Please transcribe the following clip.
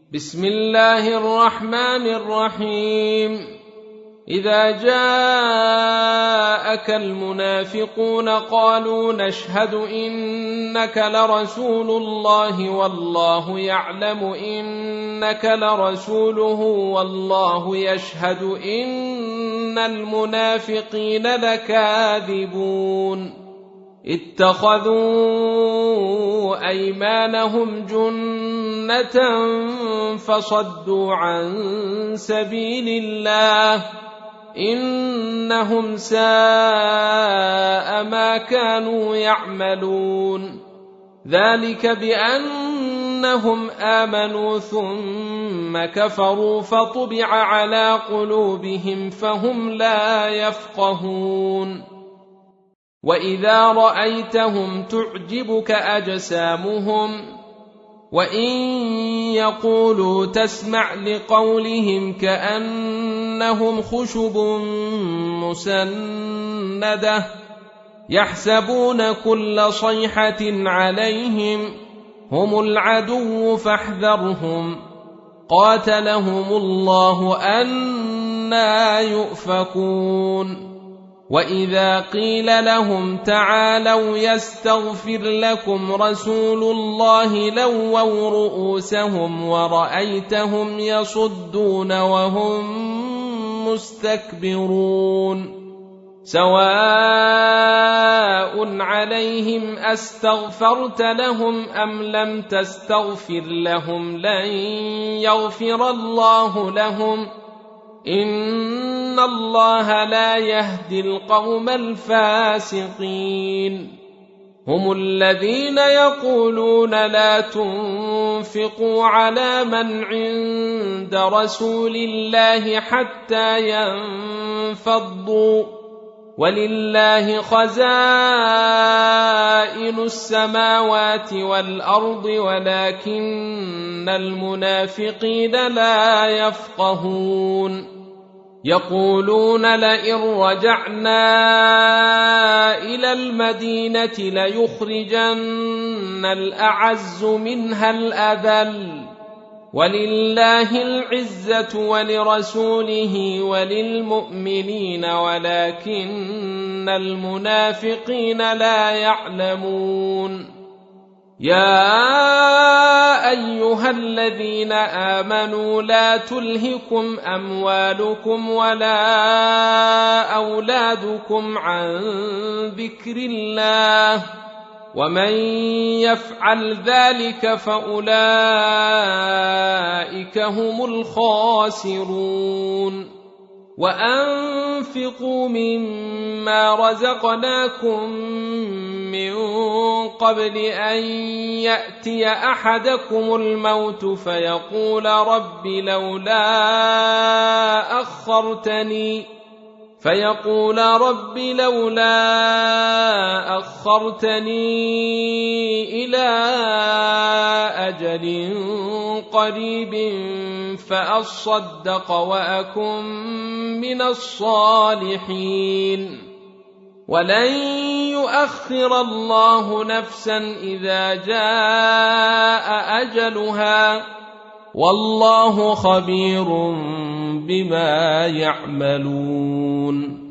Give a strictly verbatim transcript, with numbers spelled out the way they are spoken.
بسم الله الرحمن الرحيم إذا جاءك المنافقون قالوا نشهد إنك لرسول الله والله يعلم إنك لرسوله والله يشهد إن المنافقين لكاذبون اتخذوا أيمانهم جنة فصدوا عن سبيل الله إنهم ساء ما كانوا يعملون ذلك بأنهم آمنوا ثم كفروا فطبع على قلوبهم فهم لا يفقهون وإذا رأيتهم تعجبك أجسامهم وإن يقولوا تسمع لقولهم كأنهم خشب مسندة يحسبون كل صيحة عليهم هم العدو فاحذرهم قاتلهم الله أنى يؤفكون وإذا قيل لهم تعالوا يستغفر لكم رسول الله لووا رؤوسهم ورأيتهم يصدون وهم مستكبرون سواء عليهم أستغفرت لهم أم لم تستغفر لهم لن يغفر الله لهم إن الله لا يهدي القوم الفاسقين هم الذين يقولون لا تنفقوا على من عند رسول الله حتى ينفضوا ولله خزائن السماوات والأرض ولكن المنافقين لا يفقهون يقولون لئن رجعنا إلى المدينة ليخرجن الأعز منها الأذل ولله العزة ولرسوله وللمؤمنين ولكن المنافقين لا يعلمون يا أيها الذين آمنوا لا تلهكم أموالكم ولا أولادكم عن ذكر الله ومن يفعل ذلك فأولئك هم الخاسرون وأنفقوا مما رزقناكم من قبل أن يأتي أحدكم الموت فيقول رب لولا أخرتني فيقول رب لولا أخرتني إلى أجل قريب فأصدق وأكن من الصالحين ولن يؤخر الله نفسا إذا جاء أجلها والله خبير بما يعملون